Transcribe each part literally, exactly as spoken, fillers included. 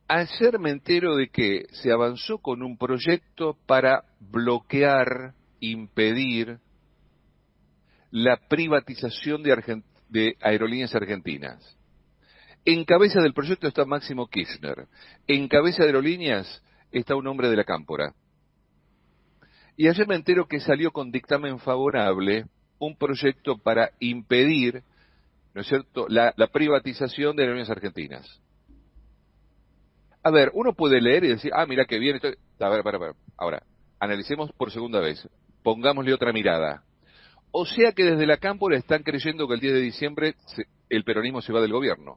Ayer me entero de que se avanzó con un proyecto para bloquear, impedir la privatización de, Argent- de aerolíneas argentinas. En cabeza del proyecto está Máximo Kirchner. En cabeza de aerolíneas está un hombre de la Cámpora. Y ayer me entero que salió con dictamen favorable un proyecto para impedir, ¿no es cierto?, la, la privatización de aerolíneas argentinas. A ver, uno puede leer y decir, ah, mira qué bien. Estoy... A ver, para, para. Ahora, analicemos por segunda vez. Pongámosle otra mirada. O sea que desde la Cámpora están creyendo que el diez de diciembre se, el peronismo se va del gobierno.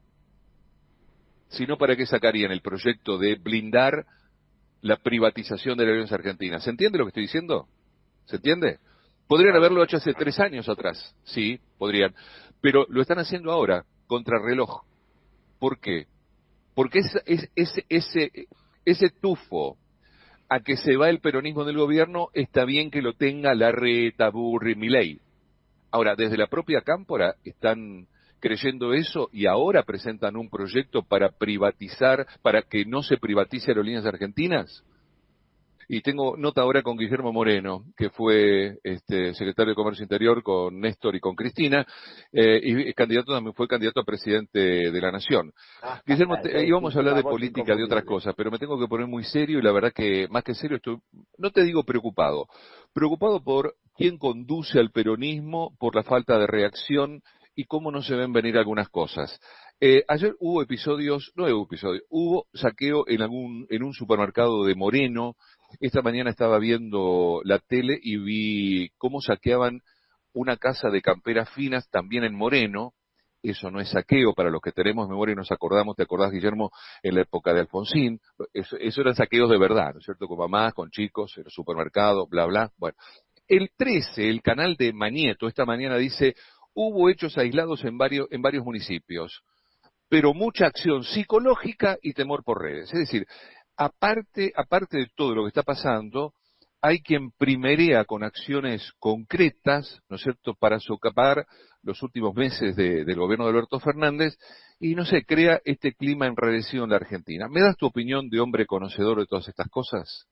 Si no, ¿para qué sacarían el proyecto de blindar la privatización de las aerolíneas argentinas? ¿Se entiende lo que estoy diciendo? ¿Se entiende? Podrían haberlo hecho hace tres años atrás. Sí, podrían. Pero lo están haciendo ahora, contra reloj. ¿Por qué? Porque es, es, es, ese, ese tufo a que se va el peronismo del gobierno está bien que lo tenga Larreta, Burri, Milei. Ahora, desde la propia Cámpora están creyendo eso y ahora presentan un proyecto para privatizar, para que no se privatice Aerolíneas Argentinas. Y tengo nota ahora con Guillermo Moreno, que fue este, secretario de Comercio Interior con Néstor y con Cristina, eh, y candidato también fue candidato a presidente de la Nación. Ah, Guillermo, te, es íbamos a hablar una de voz política, de otras inconfundible. cosas, pero me tengo que poner muy serio y la verdad que más que serio estoy, no te digo preocupado, preocupado por quién conduce al peronismo, por la falta de reacción y cómo no se ven venir algunas cosas. Eh, ayer hubo episodios, no hubo episodios, hubo saqueo en algún, en un supermercado de Moreno. Esta mañana estaba viendo la tele y vi cómo saqueaban una casa de camperas finas también en Moreno. Eso no es saqueo, para los que tenemos memoria y nos acordamos, ¿te acordás, Guillermo? En la época de Alfonsín, eso, eso eran saqueos de verdad, ¿no es cierto? Con mamás, con chicos, en el supermercado, bla, bla. Bueno, el trece, el canal de Mañeto, esta mañana dice, hubo hechos aislados en varios, en varios municipios, pero mucha acción psicológica y temor por redes. Es decir, aparte, aparte de todo lo que está pasando, hay quien primerea con acciones concretas, ¿no es cierto?, para socapar los últimos meses de, del gobierno de Alberto Fernández y, no sé, crea este clima enrarecido en la Argentina. ¿Me das tu opinión de hombre conocedor de todas estas cosas?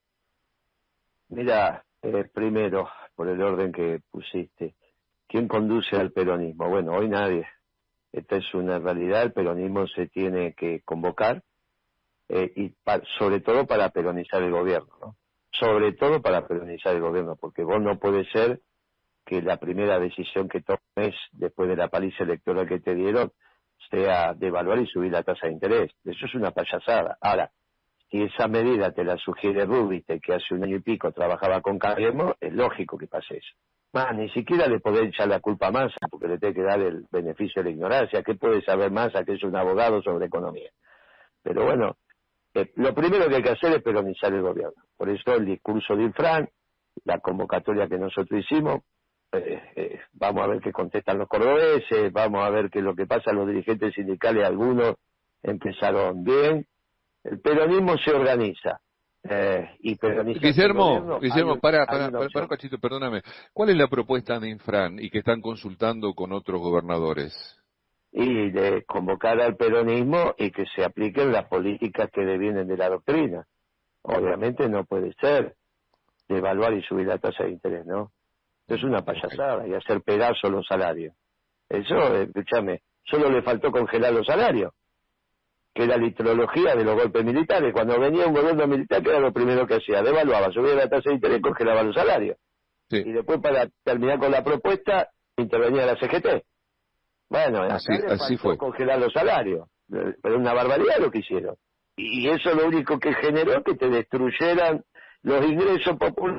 Mira, eh, primero, por el orden que pusiste, ¿quién conduce al peronismo? Bueno, hoy nadie. Esta es una realidad, el peronismo se tiene que convocar, eh, y pa- sobre todo para peronizar el gobierno, ¿no? Sobre todo para peronizar el gobierno, porque vos no puede ser que la primera decisión que tomes después de la paliza electoral que te dieron sea devaluar y subir la tasa de interés. Eso es una payasada. Ahora, si esa medida te la sugiere Rubite, que hace un año y pico trabajaba con Cambiemos, es lógico que pase eso. Más, ni siquiera le podés echar la culpa a Massa, porque le tiene que dar el beneficio de la ignorancia. ¿Qué puede saber Massa, que es un abogado sobre economía? Pero bueno, eh, lo primero que hay que hacer es peronizar el gobierno. Por eso el discurso de Infran, la convocatoria que nosotros hicimos, eh, eh, vamos a ver qué contestan los cordobeses, vamos a ver qué es lo que pasa. Los dirigentes sindicales, algunos empezaron bien. El peronismo se organiza, eh, y peronizarse el Guillermo, gobierno, hay, Guillermo, un, para, hay para, una para, para un opción. cachito, perdóname. ¿Cuál es la propuesta de Infran y que están consultando con otros gobernadores? Y de convocar al peronismo y que se apliquen las políticas que devienen de la doctrina. Obviamente no puede ser devaluar y subir la tasa de interés, ¿no? Eso es Mm, una ok. payasada y hacer pedazos los salarios. Eso, eh, escúchame, solo le faltó congelar los salarios, que era la litrología de los golpes militares. Cuando venía un gobierno militar, que era lo primero que hacía, devaluaba, subía la tasa de interés y congelaba los salarios. Sí, Y después, para terminar con la propuesta, intervenía la C G T. Bueno, así, acá le así faltó fue. congelar los salarios, eh, pero una barbaridad lo que hicieron. Y eso lo único que generó que te destruyeran los ingresos populares.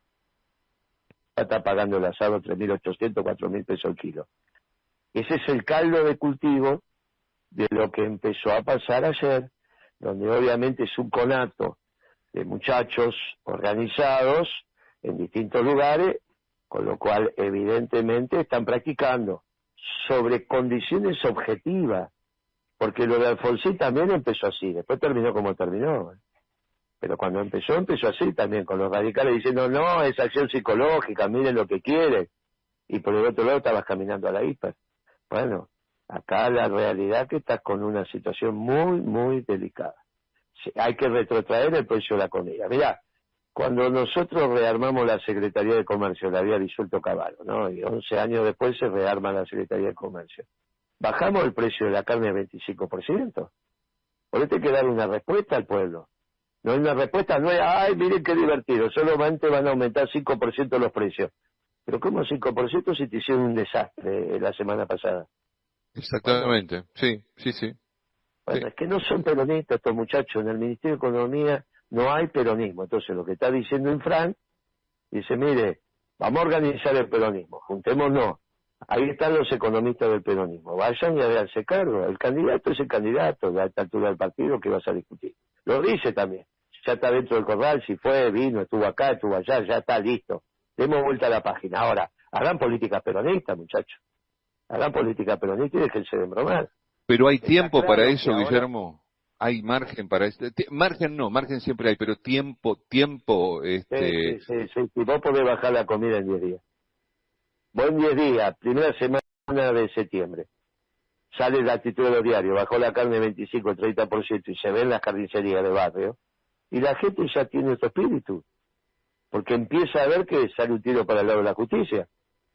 Está pagando el asado tres mil ochocientos, cuatro mil pesos el kilo. Ese es el caldo de cultivo de lo que empezó a pasar ayer, donde obviamente es un conato de muchachos organizados en distintos lugares, con lo cual evidentemente están practicando sobre condiciones objetivas, porque lo de Alfonsín también empezó así, después terminó como terminó, pero cuando empezó, empezó así también, con los radicales diciendo, no, es acción psicológica, miren lo que quieren, y por el otro lado estabas caminando a la hiper. Bueno, acá la realidad que estás con una situación muy, muy delicada. hay que retrotraer el precio de la comida. Mirá, cuando nosotros rearmamos la Secretaría de Comercio, la había disuelto Cavallo, ¿no? Y once años después se rearma la Secretaría de Comercio. Bajamos el precio de la carne al veinticinco por ciento. Por eso hay que dar una respuesta al pueblo. No hay una respuesta, no es, ay, miren qué divertido, solamente van a aumentar cinco por ciento los precios. Pero ¿cómo cinco por ciento si te hicieron un desastre la semana pasada? Exactamente, bueno, sí, sí, sí. Bueno, sí. es que no son peronistas estos muchachos. En el Ministerio de Economía no hay peronismo. Entonces lo que está diciendo Infran, dice, mire, vamos a organizar el peronismo, juntémonos. Ahí están los economistas del peronismo. Vayan y háganse cargo. El candidato es el candidato de alta altura del partido que vas a discutir. Lo dice también. Ya está dentro del corral, si fue, vino, estuvo acá, estuvo allá, ya está listo. Demos vuelta a la página. Ahora, hagan política peronista, muchachos. Hagan política peronista y déjense de embromar. Pero hay Está tiempo claro para que eso, ahora... Guillermo. Hay margen para esto. Margen no, margen siempre hay, pero tiempo, tiempo, este... Sí, sí, sí, sí. Y vos podés bajar la comida en diez días. Vos en diez días, primera semana de septiembre, sale la actitud de los diarios, bajó la carne veinticinco, treinta por ciento y se ven las carnicerías de barrio, y la gente ya tiene otro espíritu, porque empieza a ver que sale un tiro para el lado de la justicia.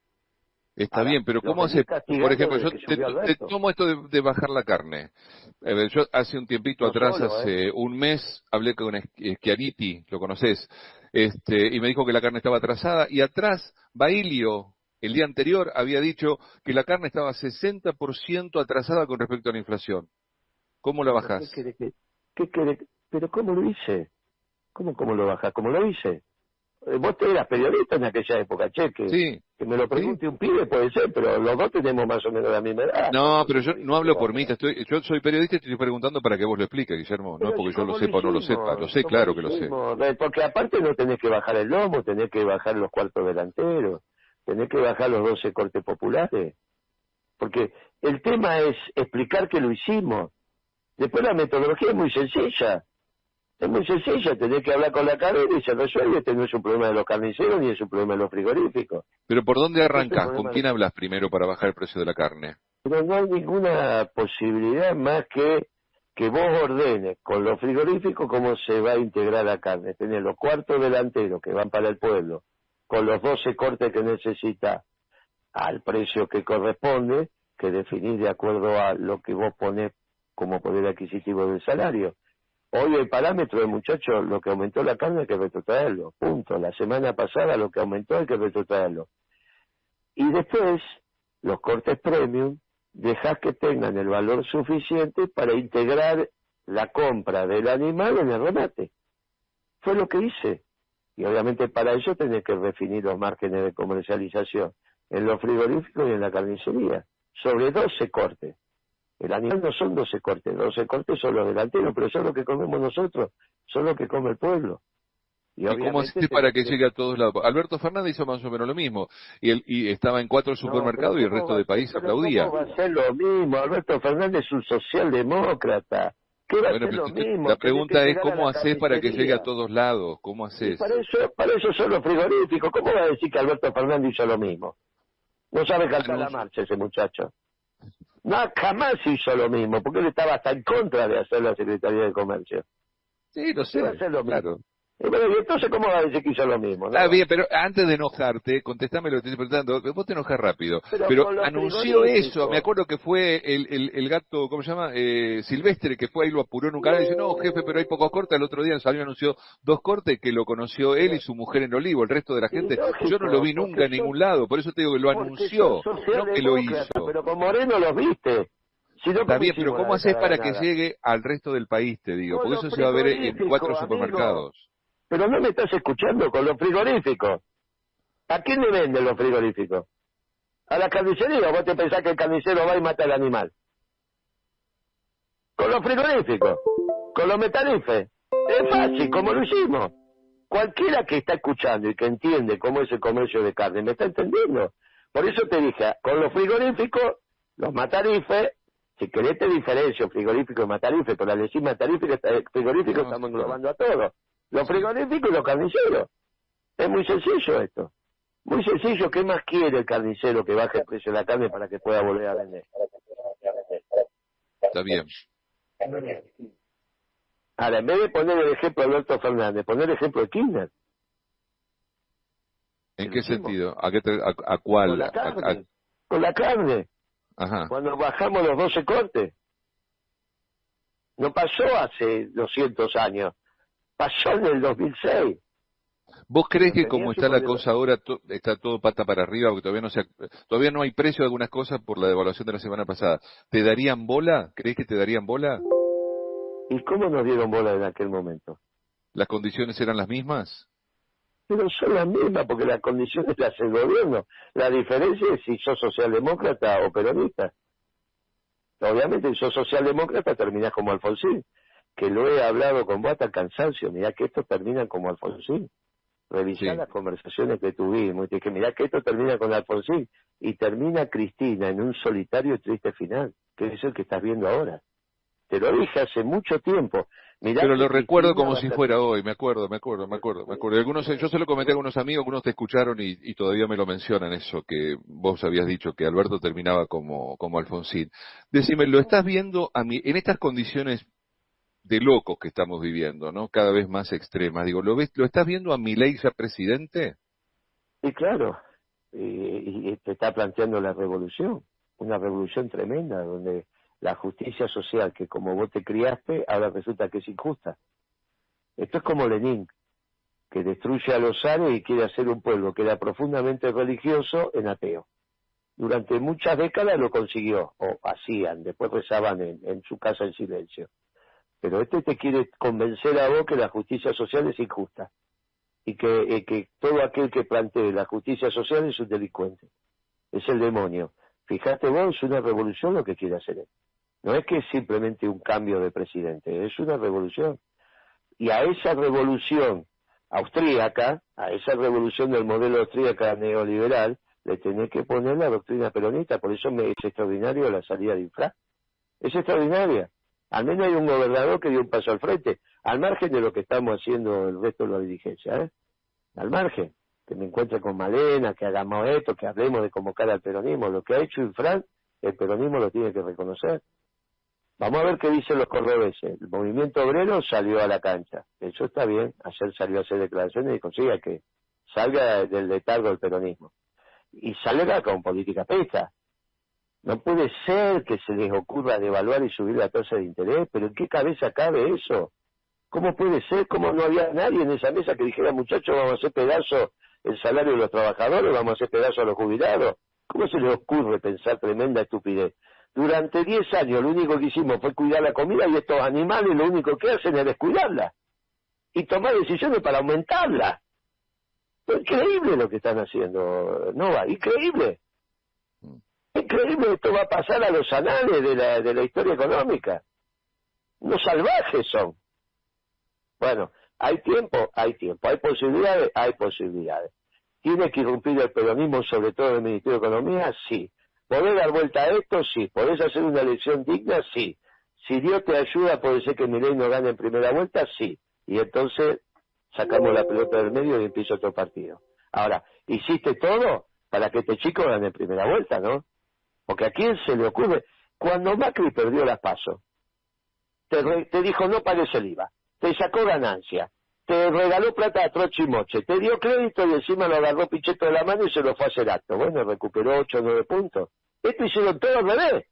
Está Ahora, bien, pero ¿cómo hace? Por ejemplo, yo te, te tomo esto de, de bajar la carne. A ver, yo hace un tiempito no atrás, solo, hace ¿eh? un mes, hablé con Schiaretti, lo conoces, este, y me dijo que la carne estaba atrasada, y atrás, Bailio, el día anterior, había dicho que la carne estaba sesenta por ciento atrasada con respecto a la inflación. ¿Cómo la bajás? ¿Qué querés, qué querés? ¿Pero cómo lo hice? ¿Cómo, cómo lo bajás? ¿Cómo lo hice? Vos te eras periodista en aquella época, che, que, sí, que me lo pregunte sí. un pibe puede ser, pero los dos tenemos más o menos la misma edad. No, pero yo no hablo por mí, te estoy, yo soy periodista y te estoy preguntando para que vos lo expliques, Guillermo, no Pero porque yo lo ¿cómo sepa o no lo hicimos? sepa, lo sé, ¿Cómo claro lo que lo sé. hicimos? Porque aparte no tenés que bajar el lomo, tenés que bajar los cuartos delanteros, tenés que bajar los doce cortes populares. Porque el tema es explicar que lo hicimos. Después la metodología es muy sencilla. Es muy sencilla, tenés que hablar con la cadena y se resuelve. Este no es un problema de los carniceros ni es un problema de los frigoríficos. Pero ¿por dónde Este es un arrancás? ¿Con problema quién de... hablas primero para bajar el precio de la carne? Pero no hay ninguna posibilidad más que que vos ordenes con los frigoríficos cómo se va a integrar la carne. Tenés los cuartos delanteros que van para el pueblo, con los doce cortes que necesita al precio que corresponde, que definís de acuerdo a lo que vos ponés como poder adquisitivo del salario. Hoy el parámetro, muchachos, lo que aumentó la carne hay que retrotraerlo, punto. La semana pasada lo que aumentó hay que retrotraerlo. Y después, los cortes premium, dejás que tengan el valor suficiente para integrar la compra del animal en el remate. Fue lo que hice. Y obviamente para eso tenés que definir los márgenes de comercialización en los frigoríficos y en la carnicería, sobre doce cortes. El animal no son doce cortes, doce cortes son los delanteros, pero son los que comemos nosotros, son los que come el pueblo. Y, ¿Y cómo haces para que llegue a todos lados? Alberto Fernández hizo más o menos lo mismo, y, él, y estaba en cuatro supermercados no, y el resto del país aplaudía. ¿Cómo va a ser lo mismo? Alberto Fernández es un socialdemócrata. ¿Qué va Bueno, a ser lo mismo? la pregunta es ¿cómo haces para que llegue a todos lados? ¿Cómo haces? Para eso, para eso son los frigoríficos. ¿Cómo va a decir que Alberto Fernández hizo lo mismo? No sabe cantar la marcha ese muchacho. No, jamás hizo lo mismo, porque él estaba hasta en contra de hacer la Secretaría de Comercio. Sí, lo sé, va a hacer lo claro. mismo. Y bueno, ¿y entonces cómo va a decir que hizo lo mismo? Está ¿no? bien, pero antes de enojarte, contestame lo que te estoy preguntando, vos te enojas rápido, pero, pero anunció eso, me acuerdo que fue el, el, el gato, ¿cómo se llama? Eh, Silvestre, que fue ahí, lo apuró en un canal y dice, no, jefe, pero hay pocos cortes, el otro día salió y anunció dos cortes que lo conoció él y su mujer en Olivo, el resto de la gente, lógico, yo no lo vi nunca en ningún lado, por eso te digo que lo anunció, no que lo hizo. Pero con Moreno los viste. Si no, Está bien, pero ¿cómo haces para que llegue al resto del país, te digo? Con Porque eso se va a ver en cuatro supermercados. Amigo. Pero no me estás escuchando con los frigoríficos. ¿A quién le venden los frigoríficos? A la carnicería. ¿Vos te pensás que el carnicero va y mata al animal? Con los frigoríficos, con los metanifes. Es fácil, como lo hicimos. Cualquiera que está escuchando y que entiende cómo es el comercio de carne, me está entendiendo. Por eso te dije, con los frigoríficos, los matarifes, si querés te diferencio frigorífico y matarife, pero al decir matarife, frigorífico no, estamos englobando a todos. Los frigoríficos y los carniceros. Es muy sencillo esto. Muy sencillo. ¿Qué más quiere el carnicero que baje el precio de la carne para que pueda volver a vender? Está bien. Ahora, en vez de poner el ejemplo de Alberto Fernández, poner el ejemplo de Kirchner. ¿En qué sentido? ¿A, qué te, a, a cuál? Con la carne. A, a... Con la carne. Ajá. Cuando bajamos los doce cortes. No pasó hace doscientos años. Pasó en el dos mil seis. ¿Vos crees que como está la cosa ahora, to, está todo pata para arriba, porque todavía no se, todavía no hay precio de algunas cosas por la devaluación de la semana pasada? ¿Te darían bola? ¿Crees que te darían bola? ¿Y cómo nos dieron bola en aquel momento? ¿Las condiciones eran las mismas? Pero son las mismas, porque las condiciones las hace el gobierno. La diferencia es si sos socialdemócrata o peronista. Obviamente, si sos socialdemócrata terminás como Alfonsín, que lo he hablado con vos hasta el cansancio. Mirá que esto termina como Alfonsín. Revisá sí. Las conversaciones que tuvimos y te dije, mirá que esto termina con Alfonsín y termina Cristina en un solitario y triste final, que es el que estás viendo ahora. Te lo dije hace mucho tiempo. Mirá Pero lo Cristina recuerdo como si fuera hoy, me acuerdo, me acuerdo, me acuerdo, me acuerdo. Algunos, yo se lo comenté a algunos amigos, algunos te escucharon y, y todavía me lo mencionan eso, que vos habías dicho que Alberto terminaba como, como Alfonsín. Decime, ¿lo estás viendo a mí, en estas condiciones de locos que estamos viviendo, ¿no? Cada vez más extremas. Digo, ¿lo ves, lo estás viendo a Milei ya presidente? Sí, claro. Y, y te está planteando la revolución, una revolución tremenda, donde la justicia social, que como vos te criaste, ahora resulta que es injusta. Esto es como Lenin, que destruye a los zares y quiere hacer un pueblo que era profundamente religioso en ateo. Durante muchas décadas lo consiguió, o hacían, después rezaban en, en su casa en silencio. Pero este te quiere convencer a vos que la justicia social es injusta y que, eh, que todo aquel que plantee la justicia social es un delincuente, es el demonio. Fíjate vos, es una revolución lo que quiere hacer él. No es que es simplemente un cambio de presidente, es una revolución. Y a esa revolución austríaca, a esa revolución del modelo austríaca neoliberal, le tenés que poner la doctrina peronista. Por eso me, es extraordinario la salida de Infra. Es extraordinaria. Al menos hay un gobernador que dio un paso al frente, al margen de lo que estamos haciendo el resto de la dirigencia, ¿eh? Al margen, que me encuentre con Malena, que hagamos esto, que hablemos de convocar al peronismo. Lo que ha hecho Infran, el peronismo lo tiene que reconocer. Vamos a ver qué dicen los cordobeses. El movimiento obrero salió a la cancha. Eso está bien. Ayer salió a hacer declaraciones y consiga que salga del letargo el peronismo. Y salga con política pesca. No puede ser que se les ocurra devaluar y subir la tasa de interés, pero ¿en qué cabeza cabe eso? ¿Cómo puede ser? ¿Cómo no había nadie en esa mesa que dijera, muchachos, vamos a hacer pedazo el salario de los trabajadores, vamos a hacer pedazo a los jubilados? ¿Cómo se les ocurre pensar tremenda estupidez? Durante diez años lo único que hicimos fue cuidar la comida y estos animales lo único que hacen es descuidarla y tomar decisiones para aumentarla. Increíble lo que están haciendo, Nova, increíble. Increíble, esto va a pasar a los anales de la, de la historia económica. Unos salvajes son. Bueno, hay tiempo, hay tiempo. Hay posibilidades, hay posibilidades. ¿Tiene que irrumpir el peronismo, sobre todo el Ministerio de Economía? Sí. ¿Podés dar vuelta a esto? Sí. ¿Podés hacer una elección digna? Sí. Si Dios te ayuda, puede ser que Milei no gane en primera vuelta, sí. Y entonces sacamos la pelota del medio y empieza otro partido. Ahora, hiciste todo para que este chico gane en primera vuelta, ¿no? Porque a quién se le ocurre. Cuando Macri perdió las PASO, te, re, te dijo no pagues el I V A, te sacó ganancia, te regaló plata a troche y moche, te dio crédito y encima lo agarró Pichetto de la mano y se lo fue a hacer acto. Bueno, recuperó ocho o nueve puntos. Esto hicieron todo al revés.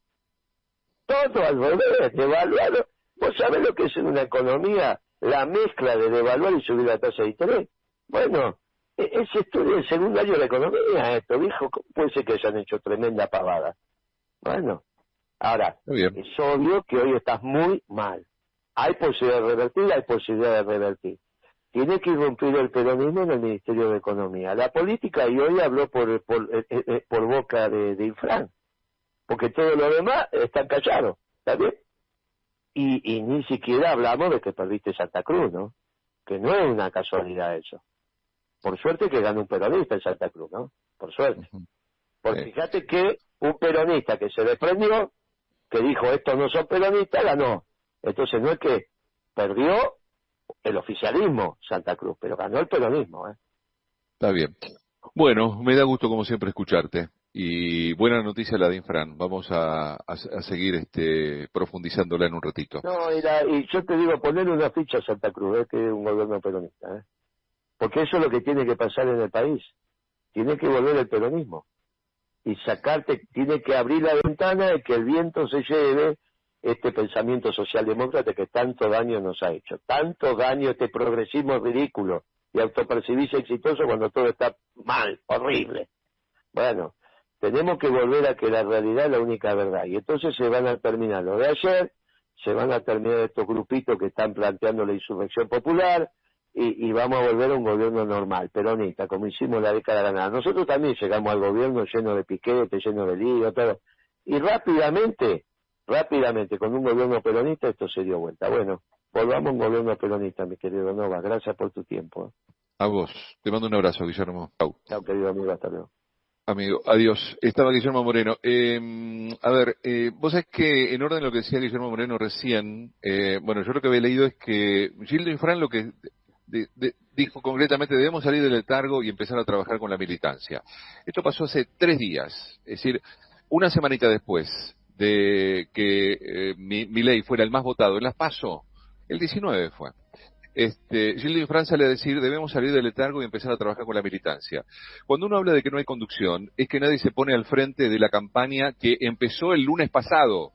Todo al revés, devaluado. ¿Vos sabés lo que es en una economía la mezcla de devaluar y subir la tasa de interés? Bueno, es estudio el segundo año de la economía esto, viejo. ¿Cómo puede ser que hayan hecho tremenda pavada? Bueno, ahora, es obvio que hoy estás muy mal. Hay posibilidad de revertir, hay posibilidad de revertir. Tiene que irrumpir el peronismo en el Ministerio de Economía. La política, y hoy habló por, por, eh, eh, por boca de, de Infran, porque todo lo demás está callado, ¿está bien? Y, y ni siquiera hablamos de que perdiste Santa Cruz, ¿no? Que no es una casualidad eso. Por suerte que ganó un peronista en Santa Cruz, ¿no? Por suerte. Porque fíjate que un peronista que se desprendió, que dijo estos no son peronistas, ganó. Entonces no es que perdió el oficialismo Santa Cruz, pero ganó el peronismo, ¿eh? Está bien. Bueno, me da gusto como siempre escucharte. Y buena noticia la de Infran. Vamos a, a, a seguir este, profundizándola en un ratito. No, y, la, y yo te digo, ponerle una ficha a Santa Cruz, es que es un gobierno peronista, ¿eh? Porque eso es lo que tiene que pasar en el país. Tiene que volver el peronismo. Y sacarte, tiene que abrir la ventana y que el viento se lleve este pensamiento socialdemócrata que tanto daño nos ha hecho. Tanto daño, este progresismo ridículo y autopercibirse exitoso cuando todo está mal, horrible. Bueno, tenemos que volver a que la realidad es la única verdad. Y entonces se van a terminar lo de ayer, se van a terminar estos grupitos que están planteando la insurrección popular, y, y vamos a volver a un gobierno normal, peronista, como hicimos la década ganada. Nosotros también llegamos al gobierno lleno de piquetes, lleno de lío, todo. Y rápidamente, rápidamente, con un gobierno peronista esto se dio vuelta. Bueno, volvamos a un gobierno peronista, mi querido Nova. Gracias por tu tiempo. A vos. Te mando un abrazo, Guillermo. Chau. Chao, querido amigo. Hasta luego. Amigo, adiós. Estaba Guillermo Moreno. Eh, a ver, eh, vos sabés que en orden a lo que decía Guillermo Moreno recién, eh, bueno, yo lo que había leído es que Gildo Infran lo que de, de, dijo concretamente, debemos salir del letargo y empezar a trabajar con la militancia. Esto pasó hace tres días, es decir, una semanita después de que eh, mi, mi ley fuera el más votado en las PASO, el diecinueve fue. Este, Gildo Infran sale a decir, debemos salir del letargo y empezar a trabajar con la militancia. Cuando uno habla de que no hay conducción, es que nadie se pone al frente de la campaña que empezó el lunes pasado.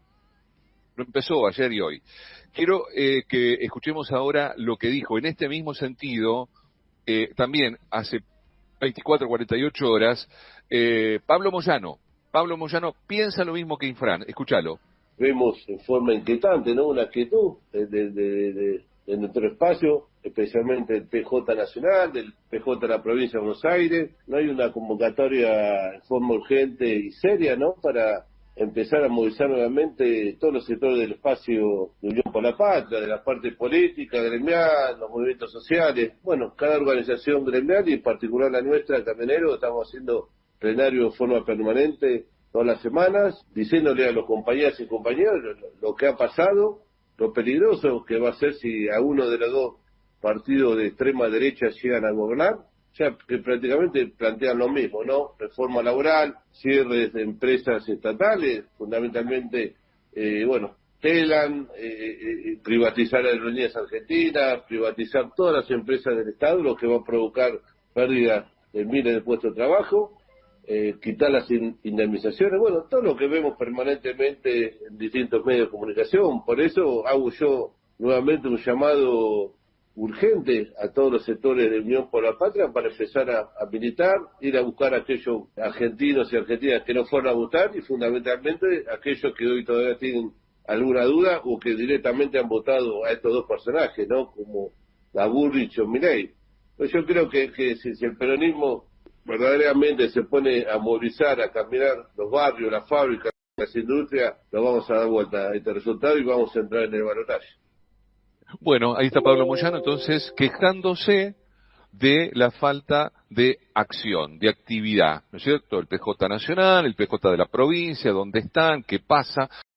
No empezó ayer y hoy. Quiero eh, que escuchemos ahora lo que dijo en este mismo sentido, eh, también hace veinticuatro, cuarenta y ocho horas, eh, Pablo Moyano. Pablo Moyano piensa lo mismo que Infran. Escúchalo. Vemos en forma inquietante, ¿no? Una quietud de, de, de, de, de nuestro espacio, especialmente el P J Nacional, del P J de la Provincia de Buenos Aires. No hay una convocatoria en forma urgente y seria, ¿no? Para empezar a movilizar nuevamente todos los sectores del espacio de Unión por la Patria, de la parte política, gremial, los movimientos sociales. Bueno, cada organización gremial y en particular la nuestra, Camioneros, estamos haciendo plenario de forma permanente todas las semanas, diciéndole a los compañeros y compañeros lo, lo que ha pasado, lo peligroso que va a ser si a uno de los dos partidos de extrema derecha llegan a gobernar, o sea, que prácticamente plantean lo mismo, ¿no? Reforma laboral, cierres de empresas estatales, fundamentalmente, eh, bueno, Telan, eh, eh, privatizar Aerolíneas Argentinas, privatizar todas las empresas del Estado, lo que va a provocar pérdidas de miles de puestos de trabajo. Eh, quitar las in, indemnizaciones, bueno, todo lo que vemos permanentemente en distintos medios de comunicación. Por eso hago yo nuevamente un llamado urgente a todos los sectores de Unión por la Patria para empezar a, a militar, ir a buscar a aquellos argentinos y argentinas que no fueron a votar y fundamentalmente aquellos que hoy todavía tienen alguna duda o que directamente han votado a estos dos personajes, ¿no? Como la Burrich o Milei. Pues yo creo que, que si, si el peronismo verdaderamente se pone a movilizar, a caminar los barrios, las fábricas, las industrias, nos vamos a dar vuelta a este resultado y vamos a entrar en el balotaje. Bueno, ahí está Pablo Moyano, entonces, quejándose de la falta de acción, de actividad, ¿no es cierto? El P J Nacional, el P J de la provincia, ¿dónde están? ¿Qué pasa?